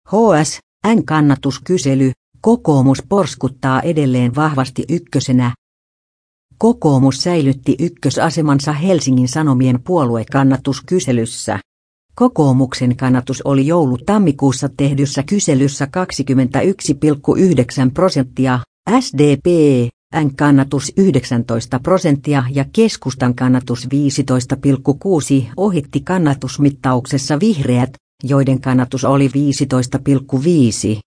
HSN-kannatuskysely, kokoomus porskuttaa edelleen vahvasti ykkösenä. Kokoomus säilytti ykkösasemansa Helsingin Sanomien puoluekannatuskyselyssä. Kokoomuksen kannatus oli joulu-tammikuussa tehdyssä kyselyssä 21,9%, SDP:n kannatus 19% ja keskustan kannatus 15,6% ohitti kannatusmittauksessa vihreät, joiden kannatus oli 15,5%.